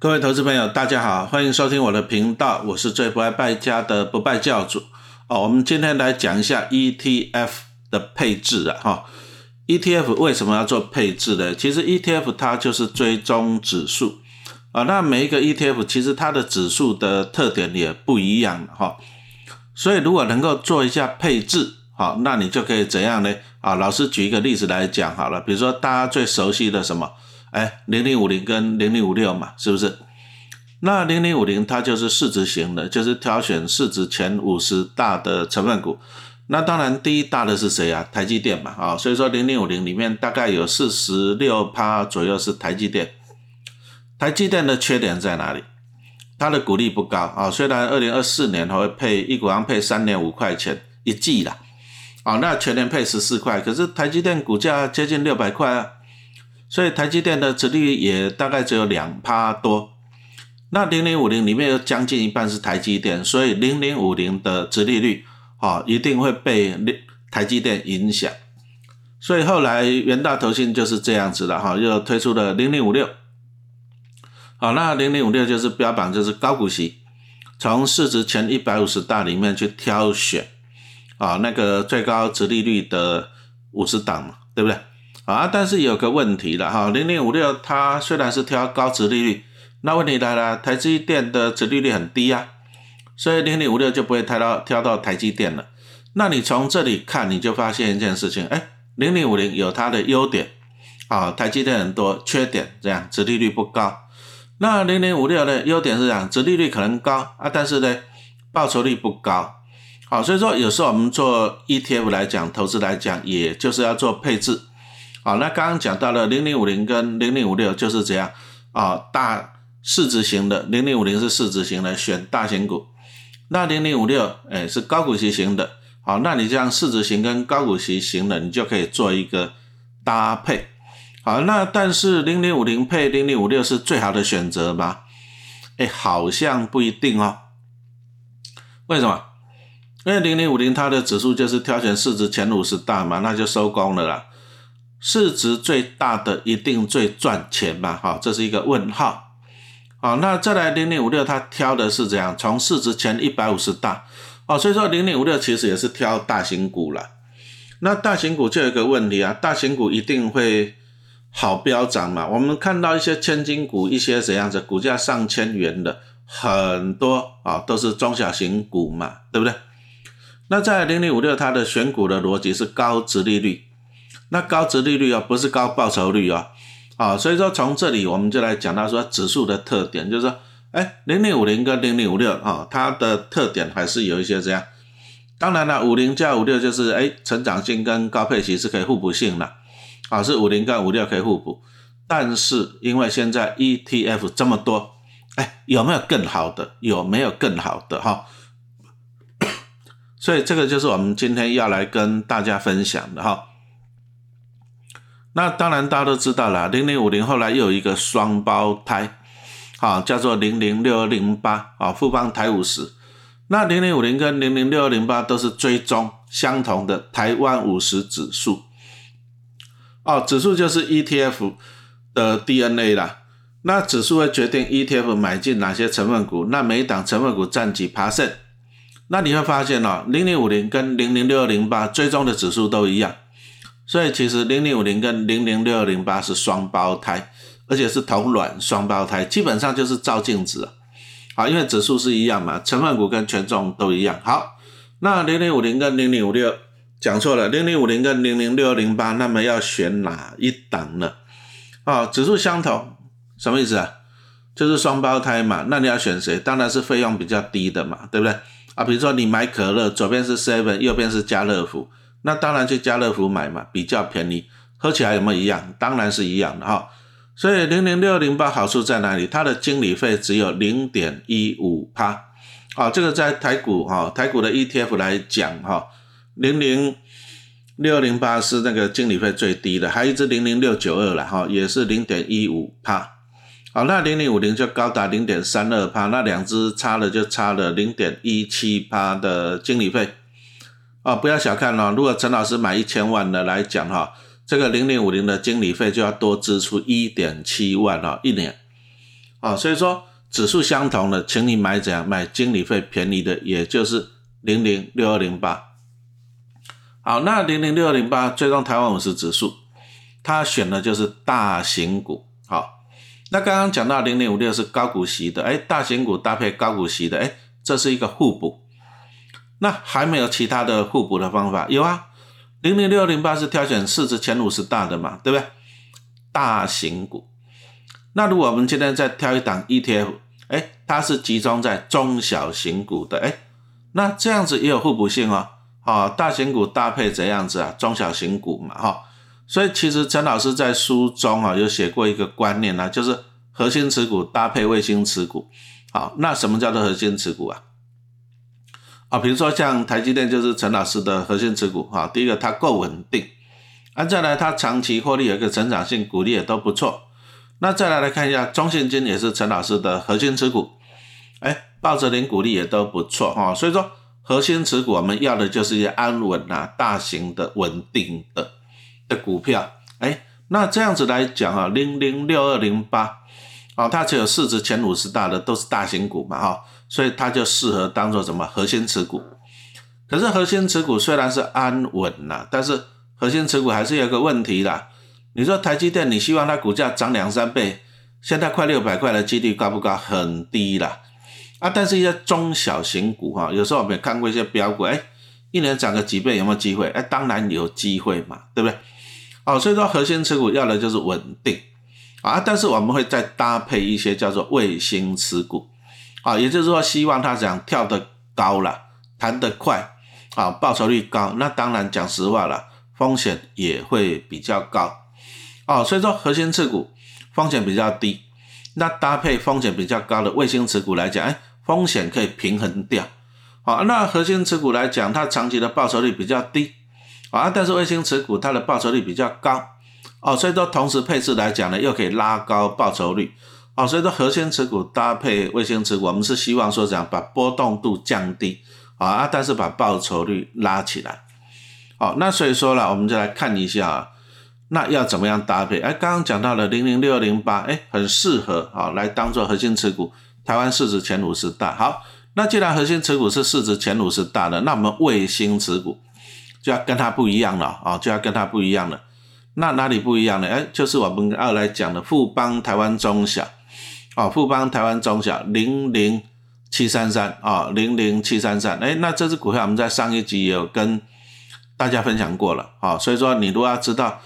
各位投资朋友大家好，欢迎收听我的频道，我是最不爱败家的不败教主。我们今天来讲一下 ETF 的配置ETF 为什么要做配置呢？其实 ETF 它就是追踪指数那每一个 ETF 其实它的指数的特点也不一样所以如果能够做一下配置那你就可以怎样呢？老师举一个例子来讲好了，比如说大家最熟悉的什么0050跟0056嘛，是不是？那0050它就是市值型的，就是挑选市值前50大的成分股。那当然第一大的是谁啊？台积电嘛所以说0050里面大概有 46% 左右是台积电。台积电的缺点在哪里？它的股利不高虽然2024年会配一股好像配 3.5 块钱一季啦那全年配14块，可是台积电股价接近600块所以台积电的殖利率也大概只有 2% 多。那0050里面有将近一半是台积电，所以0050的殖利率一定会被台积电影响。所以后来元大投信就是这样子的又推出了0056那0056就是标榜就是高股息，从市值前150大里面去挑选那个最高殖利率的50档嘛，对不对但是有个问题了0056它虽然是挑高殖利率，那问题来了，台积电的殖利率很低所以0056就不会挑到台积电了。那你从这里看你就发现一件事情0050有它的优点台积电很多，缺点这样殖利率不高。那0056的优点是这样，殖利率可能高但是呢报酬率不高所以说有时候我们做 ETF 来讲，投资来讲，也就是要做配置那刚刚讲到了0050跟0056就是这样大市值型的，0050是市值型的，选大型股。那0056是高股息型的那你这样市值型跟高股息型的你就可以做一个搭配那但是0050配0056是最好的选择吗？好像不一定为什么？因为0050它的指数就是挑选市值前50大嘛，那就收工了啦。市值最大的一定最赚钱嘛这是一个问号那再来0056它挑的是怎样？从市值前150大所以说0056其实也是挑大型股啦。那大型股就有一个问题大型股一定会好飙涨嘛，我们看到一些千金股，一些怎样子股价上千元的很多都是中小型股嘛，对不对？那在0056它的选股的逻辑是高殖利率，那高殖利率不是高报酬率所以说从这里我们就来讲到说指数的特点，就是说0050跟0056它的特点还是有一些这样。当然了50加56就是成长性跟高配息是可以互补性的是50跟56可以互补。但是因为现在 ETF 这么多有没有更好的？有没有更好的所以这个就是我们今天要来跟大家分享的那当然大家都知道了0050后来又有一个双胞胎叫做00608富邦台50。那0050跟00608都是追踪相同的台湾50指数指数就是 ETF 的 DNA 啦。那指数会决定 ETF 买进哪些成分股，那每一档成分股占几%。那你会发现0050跟00608追踪的指数都一样，所以其实0050跟00608是双胞胎，而且是同卵双胞胎，基本上就是照镜子因为指数是一样嘛，成分股跟权重都一样。好，那0050跟0056讲错了，0050跟00608那么要选哪一档呢？指数相同什么意思就是双胞胎嘛，那你要选谁？当然是费用比较低的嘛，对不对比如说你买可乐，左边是 7 右边是家乐福，那当然去家乐福买嘛，比较便宜，喝起来有没有一样？当然是一样的所以00608好处在哪里？它的经理费只有 0.15%这个在台股的 ETF 来讲00608是那个经理费最低的，还有一只00692啦也是 0.15%那0050就高达 0.32%， 那两只差了就差了 0.17% 的经理费不要小看如果陈老师买1000万的来讲这个0050的经理费就要多支出 1.7 万一年所以说指数相同的，请你买怎样？买经理费便宜的，也就是006208。好，那006208追踪台湾50指数，它选的就是大型股。好，那刚刚讲到0056是高股息的，大型股搭配高股息的，这是一个互补。那还没有其他的互补的方法？有啊，006208是挑选市值前50大的嘛，对不对？大型股。那如果我们今天再挑一档 ETF， 它是集中在中小型股的，那这样子也有互补性哦。大型股搭配怎样子啊？中小型股嘛，所以其实陈老师在书中有写过一个观念啊，就是核心持股搭配卫星持股。好，那什么叫做核心持股啊？比如说像台积电就是陈老师的核心持股。第一个它够稳定，再来它长期获利有一个成长性，股利也都不错。那再来看一下中信金也是陈老师的核心持股，报酬领股利也都不错。所以说核心持股我们要的就是一些安稳大型的稳定的股票。那这样子来讲006208它只有市值前50大的都是大型股嘛，所以它就适合当做什么核心持股。可是核心持股虽然是安稳啦，但是核心持股还是有个问题啦。你说台积电你希望它股价涨2-3倍，现在快600块的几率高不高？很低啦。但是一些中小型股有时候我们也看过一些标股，一年涨个几倍有没有机会？当然有机会嘛，对不对？所以说核心持股要的就是稳定但是我们会再搭配一些叫做卫星持股也就是说希望它讲跳得高啦，弹得快报酬率高，那当然讲实话啦，风险也会比较高所以说核心持股风险比较低，那搭配风险比较高的卫星持股来讲，风险可以平衡掉那核心持股来讲，它长期的报酬率比较低但是卫星持股它的报酬率比较高所以说同时配置来讲呢，又可以拉高报酬率所以说核心持股搭配卫星持股，我们是希望说这样把波动度降低但是把报酬率拉起来那所以说啦，我们就来看一下那要怎么样搭配？刚刚讲到了006208，很适合来当做核心持股，台湾市值前50大。好，那既然核心持股是市值前50大的，那我们卫星持股就要跟它不一样了就要跟它不一样了。那哪里不一样呢？就是我们要来讲的富邦台湾中小富邦台湾中小0073300733，那这支股票我们在上一集也有跟大家分享过了所以说你如果要知道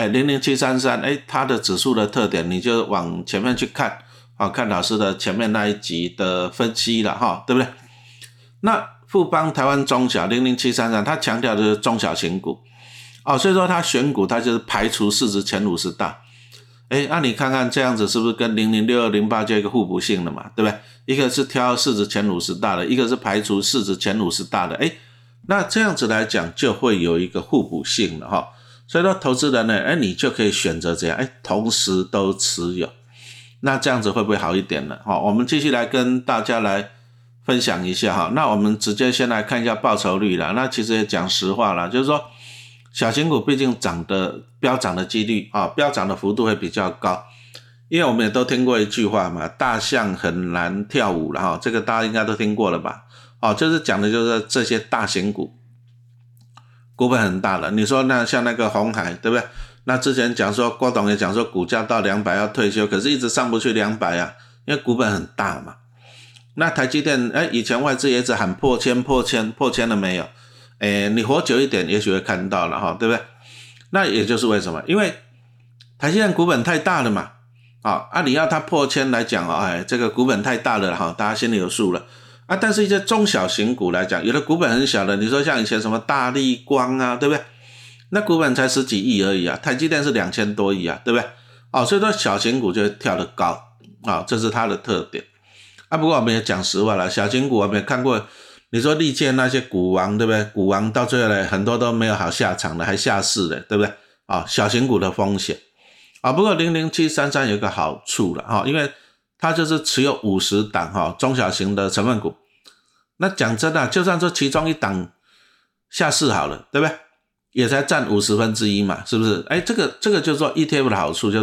00733它的指数的特点，你就往前面去看看老师的前面那一集的分析了对不对？那富邦台湾中小00733它强调的是中小型股所以说它选股它就是排除市值前50大那你看看这样子是不是跟006208就有一个互补性了嘛，对不对？一个是挑市值前50大的，一个是排除市值前50大的那这样子来讲就会有一个互补性了所以说投资人呢你就可以选择这样同时都持有，那这样子会不会好一点呢？我们继续来跟大家来分享一下那我们直接先来看一下报酬率啦。那其实也讲实话啦，就是说小型股毕竟飙涨的几率飙涨的幅度会比较高，因为我们也都听过一句话嘛，大象很难跳舞了这个大家应该都听过了吧就是讲的就是这些大型股股本很大了。你说那像那个鸿海对不对？那之前讲说郭董也讲说股价到200要退休，可是一直上不去200因为股本很大嘛。那台积电以前外资也一直喊破千了没有？你活久一点也许会看到了对不对？那也就是为什么？因为台积电股本太大了嘛你要它破千来讲这个股本太大了大家心里有数了但是一些中小型股来讲，有的股本很小的，你说像以前什么大立光对不对？那股本才10几亿而已台积电是2000多亿对不对？所以说小型股就会跳得高这是它的特点不过我们也讲实话了，小型股我们也看过，你说历届那些股王对不对？股王到最后呢很多都没有好下场的，还下市了对不对？小型股的风险不过00733有一个好处了因为它就是持有50档中小型的成分股。那讲真的就算说其中一档下市好了对不对？也才占1/50嘛，是不是？这个就是说 ETF 的好处，就是说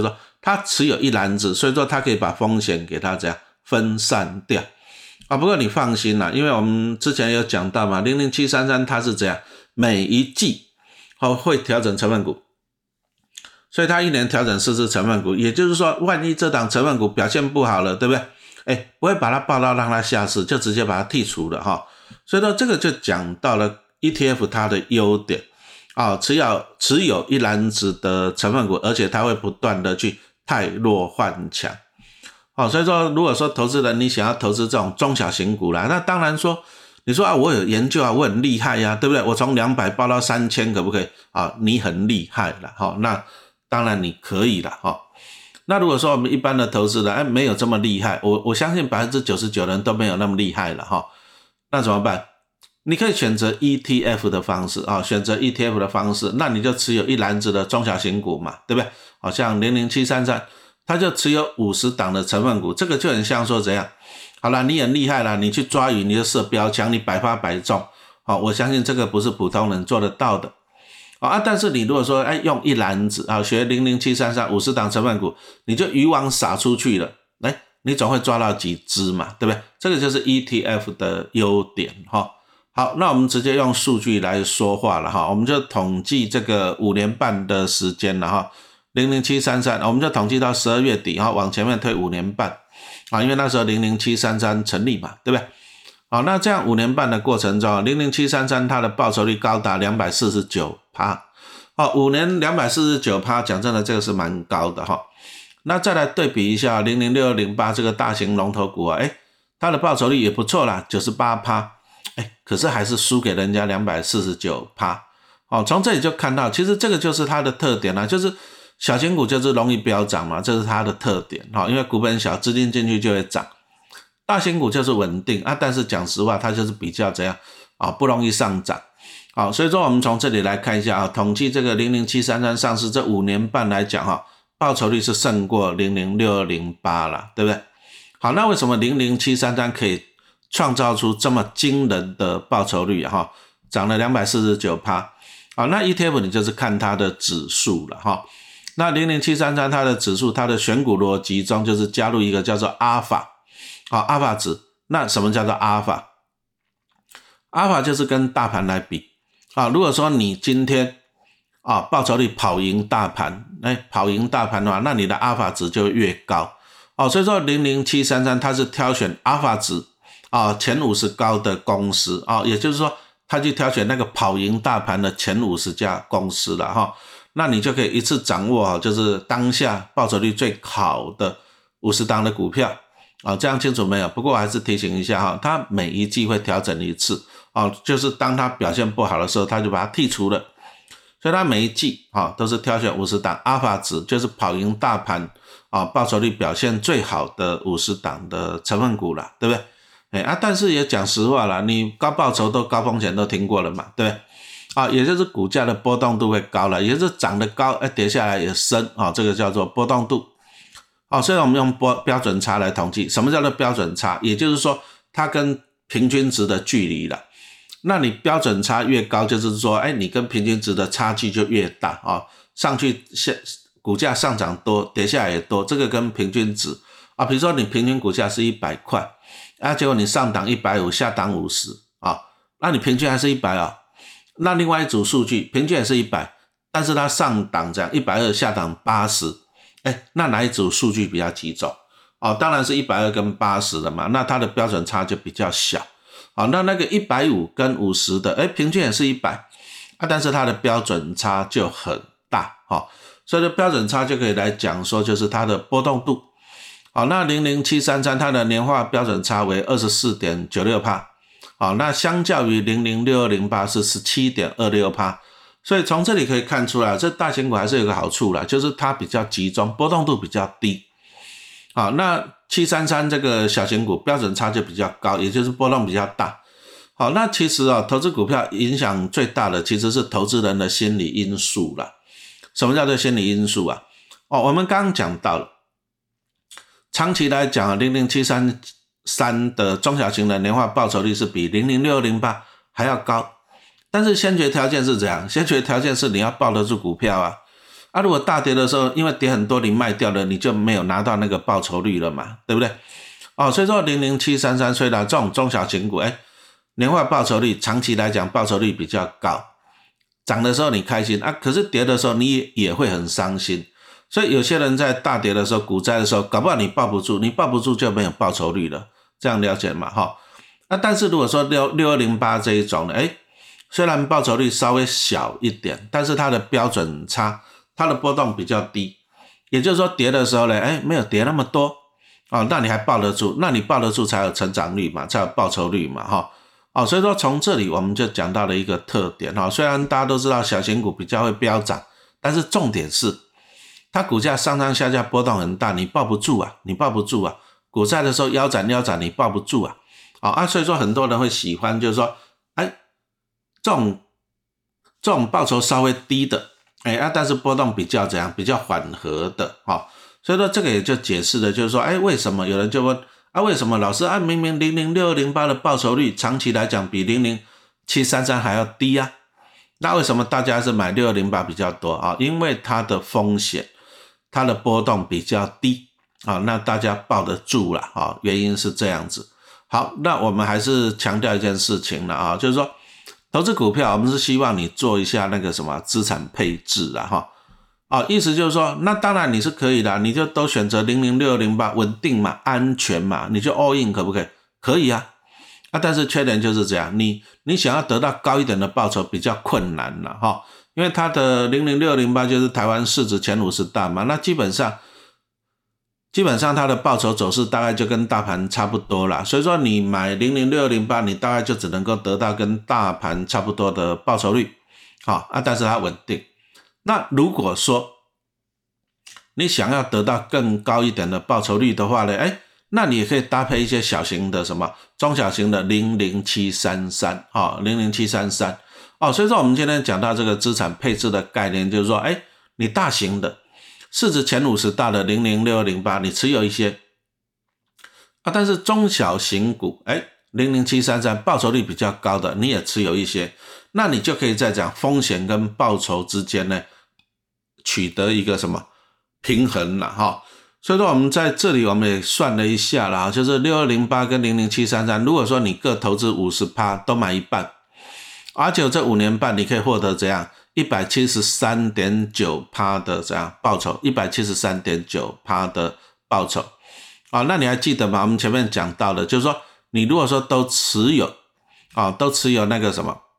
他持有一篮子，所以说他可以把风险给他这样分散掉不过你放心啦，因为我们之前有讲到嘛，00733它是这样，每一季会调整成分股，所以它一年调整4只成分股，也就是说万一这档成分股表现不好了，对不对？不会把它报到让它下市，就直接把它剔除了所以说这个就讲到了 ETF 它的优点持有一篮子的成分股，而且它会不断的去汰弱换强所以说如果说投资人你想要投资这种中小型股啦，那当然说你说我有研究我很厉害对不对？我从200报到3000可不可以你很厉害啦那当然你可以啦那如果说我们一般的投资人没有这么厉害，我相信 99% 的人都没有那么厉害了那怎么办？你可以选择 ETF 的方式选择 ETF 的方式，那你就持有一篮子的中小型股嘛，对不对？好像00733它就持有50档的成分股，这个就很像说怎样，好啦，你很厉害啦，你去抓鱼你就射标枪，你100%中我相信这个不是普通人做得到的但是你如果说用一篮子学00733 50档成分股，你就渔网撒出去了，你总会抓到几只嘛，对不对？这个就是 ETF 的优点好，那我们直接用数据来说话了我们就统计这个5年半的时间了00733我们就统计到12月底往前面推5年半因为那时候00733成立嘛，对不对？那这样5年半的过程中00733它的报酬率高达 249%5年 249%， 讲真的这个是蛮高的那再来对比一下006208这个大型龙头股它的报酬率也不错啦 98%， 可是还是输给人家 249%从这里就看到其实这个就是它的特点啦，就是小型股就是容易飙涨嘛，这是它的特点因为股本小资金进去就会涨，大型股就是稳定但是讲实话它就是比较怎样不容易上涨所以说我们从这里来看一下统计这个00733上市这5年半来讲报酬率是胜过006208啦，对不对？好，那为什么00733可以创造出这么惊人的报酬率涨了 249%那 ETF 你就是看它的指数了那00733它的指数它的选股逻辑中就是加入一个叫做阿尔法阿尔法值。那什么叫做阿尔法？阿尔法就是跟大盘来比如果说你今天报酬率跑赢大盘跑赢大盘的话，那你的阿尔法值就越高所以说00733它是挑选阿尔法值前50高的公司也就是说他去挑选那个跑赢大盘的前50家公司了那你就可以一次掌握就是当下报酬率最好的50档的股票这样清楚没有？不过我还是提醒一下它每一季会调整一次就是当它表现不好的时候，它就把它剔除了，所以它每一季都是挑选50档阿尔法值，就是跑赢大盘报酬率表现最好的50档的成分股啦，对不对？但是也讲实话啦，你高报酬都高风险都听过了嘛，对不对？也就是股价的波动度会高了，也就是涨得高跌下来也深这个叫做波动度所以我们用标准差来统计。什么叫做标准差？也就是说它跟平均值的距离了。那你标准差越高，就是说你跟平均值的差距就越大上去股价上涨多，跌下来也多，这个跟平均值比如说你平均股价是100块结果你上档150，下档50那你平均还是100那另外一组数据平均也是100，但是它上档这样120，下档80，那哪一组数据比较集中当然是120跟80的嘛，那它的标准差就比较小那个150跟50的平均也是100但是它的标准差就很大所以标准差就可以来讲说就是它的波动度那00733它的年化标准差为 24.96%那相较于006208是 17.26%， 所以从这里可以看出来这大型股还是有个好处啦，就是它比较集中，波动度比较低那733这个小型股标准差就比较高，也就是波动比较大那其实投资股票影响最大的其实是投资人的心理因素啦。什么叫做心理因素我们刚刚讲到了长期来讲00733的中小型的年化报酬率是比006208还要高，但是先决条件是怎样？先决条件是你要抱得住股票啊，如果大跌的时候，因为跌很多你卖掉了，你就没有拿到那个报酬率了嘛，对不对？所以说00733虽然这种中小型股，年化报酬率长期来讲报酬率比较高，涨的时候你开心啊，可是跌的时候你也会很伤心。所以有些人在大跌的时候，股灾的时候，搞不好你抱不住，你抱不住就没有报酬率了，这样了解嘛？但是如果说6208这一种呢，虽然报酬率稍微小一点，但是它的标准差，它的波动比较低，也就是说跌的时候呢，没有跌那么多那你还抱得住，那你抱得住才有成长率嘛，才有报酬率嘛所以说从这里我们就讲到了一个特点虽然大家都知道小型股比较会飙涨，但是重点是它股价上上下下波动很大，你抱不住啊，股灾的时候腰斩你抱不住啊所以说很多人会喜欢就是说这种报酬稍微低的但是波动比较怎样，比较缓和的所以说这个也就解释了就是说为什么有人就问为什么老师明明00608的报酬率长期来讲比00733还要低啊，那为什么大家是买6208比较多因为它的风险，它的波动比较低那大家抱得住啦原因是这样子。好，那我们还是强调一件事情了就是说投资股票我们是希望你做一下那个什么资产配置啦意思就是说那当然你是可以的，你就都选择00608稳定嘛，安全嘛，你就 all in 可不可以？可以但是缺点就是这样，你想要得到高一点的报酬比较困难了因为它的00608就是台湾市值前50大嘛，那基本上它的报酬走势大概就跟大盘差不多啦，所以说你买00608你大概就只能够得到跟大盘差不多的报酬率但是它稳定。那如果说你想要得到更高一点的报酬率的话呢那你也可以搭配一些小型的中小型的0073300733所以说我们今天讲到这个资产配置的概念，就是说你大型的市值前50大的00608你持有一些但是中小型股00733报酬率比较高的你也持有一些，那你就可以在讲风险跟报酬之间呢取得一个平衡了所以说我们在这里我们也算了一下啦，就是6208跟00733，如果说你各投资 50% 都买一半，而且这5年半你可以获得怎样 173.9% 的这样报酬， 173.9% 的报酬那你还记得吗？我们前面讲到的就是说你如果说都持有那个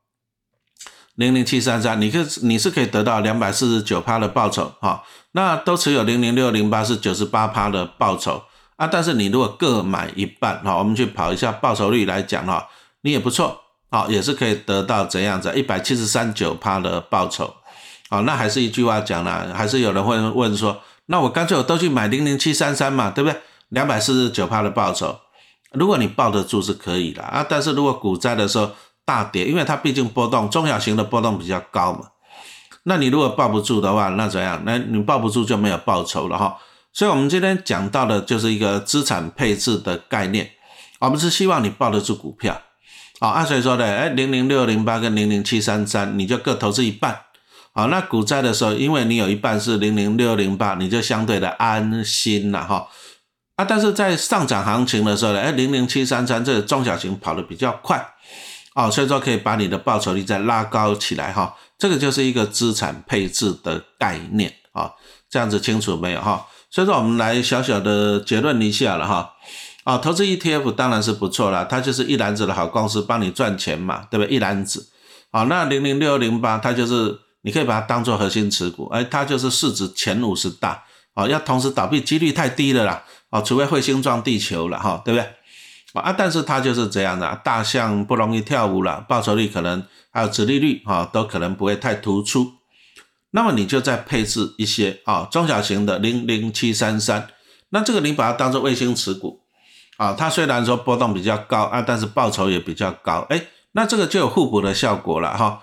00733，你是可以得到 249% 的报酬那都持有00608是 98% 的报酬但是你如果各买一半我们去跑一下报酬率来讲你也不错也是可以得到怎样子 173.9% 的报酬那还是一句话讲啦，还是有人会问说，那我干脆我都去买00733嘛，对不对？249% 的报酬，如果你抱得住是可以的但是如果股灾的时候大跌，因为它毕竟波动中小型的波动比较高嘛，那你如果抱不住的话，那怎样？那你抱不住就没有报酬了所以我们今天讲到的就是一个资产配置的概念，我们是希望你抱得住股票所以说呢00608跟00733你就各投资一半那股灾的时候因为你有一半是00608你就相对的安心了但是在上涨行情的时候呢00733这个中小型跑得比较快所以说可以把你的报酬率再拉高起来这个就是一个资产配置的概念这样子清楚没有所以说我们来小小的结论一下了投资 ETF 当然是不错啦，它就是一篮子的好公司帮你赚钱嘛，对不对？一篮子那00608它就是你可以把它当作核心持股它就是市值前50大要同时倒闭几率太低了啦除非彗星撞地球了对不对？但是它就是这样的大象不容易跳舞了，报酬率可能还有殖利率都可能不会太突出，那么你就再配置一些中小型的00733，那这个你把它当作卫星持股它虽然说波动比较高但是报酬也比较高那这个就有互补的效果了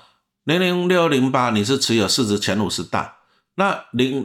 00608你是持有市值前50大，那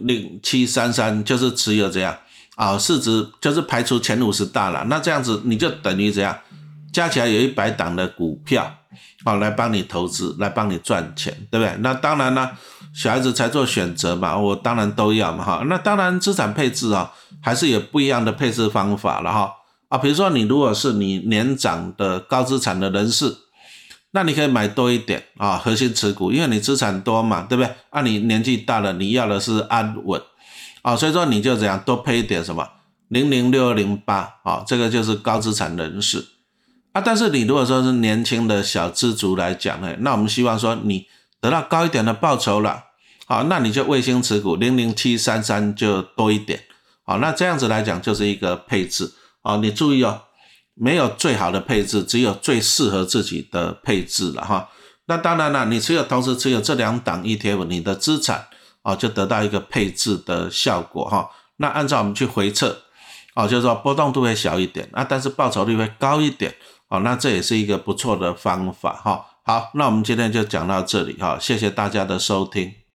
00733就是持有这样市值就是排除前50大了，那这样子你就等于怎样加起来有100档的股票来帮你投资，来帮你赚钱，对不对？那当然啦， 小孩子才做选择嘛，我当然都要嘛哈。那当然资产配置啊，还是有不一样的配置方法了哈。比如说你如果是你年长的高资产的人士，那你可以买多一点核心持股，因为你资产多嘛，对不对？你年纪大了，你要的是安稳所以说你就这样多配一点什么006208这个就是高资产人士但是你如果说是年轻的小资族来讲呢，那我们希望说你得到高一点的报酬了那你就卫星持股00733就多一点那这样子来讲就是一个配置你注意没有最好的配置，只有最适合自己的配置了哈。那当然了，你同时持有这2档 ETF， 你的资产就得到一个配置的效果哈。那按照我们去回测就是说波动度会小一点但是报酬率会高一点那这也是一个不错的方法哈。好，那我们今天就讲到这里谢谢大家的收听。